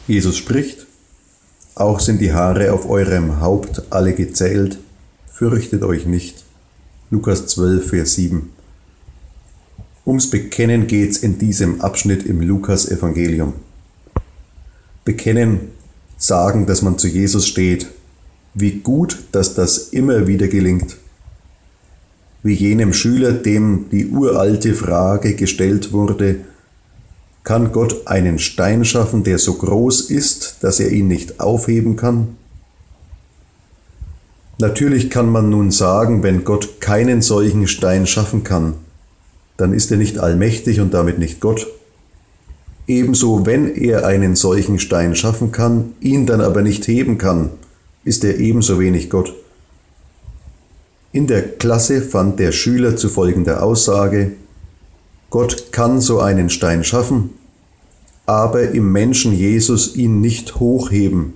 Jesus spricht: Auch sind die Haare auf eurem Haupt alle gezählt, fürchtet euch nicht. Lukas 12, Vers 7. Ums Bekennen geht's in diesem Abschnitt im Lukas-Evangelium. Bekennen, sagen, dass man zu Jesus steht. Wie gut, dass das immer wieder gelingt. Wie jenem Schüler, dem die uralte Frage gestellt wurde: Kann Gott einen Stein schaffen, der so groß ist, dass er ihn nicht aufheben kann? Natürlich kann man nun sagen, wenn Gott keinen solchen Stein schaffen kann, dann ist er nicht allmächtig und damit nicht Gott. Ebenso, wenn er einen solchen Stein schaffen kann, ihn dann aber nicht heben kann, ist er ebenso wenig Gott. In der Klasse fand der Schüler zu folgender Aussage: Gott kann so einen Stein schaffen, aber im Menschen Jesus ihn nicht hochheben.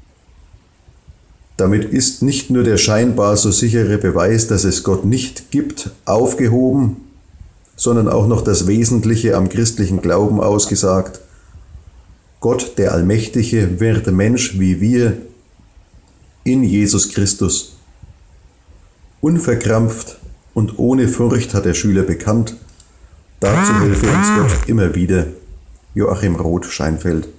Damit ist nicht nur der scheinbar so sichere Beweis, dass es Gott nicht gibt, aufgehoben, sondern auch noch das Wesentliche am christlichen Glauben ausgesagt: Gott, der Allmächtige, wird Mensch wie wir in Jesus Christus. Unverkrampft und ohne Furcht hat der Schüler bekannt: Dazu helfe uns Gott immer wieder. Joachim Roth, Scheinfeld.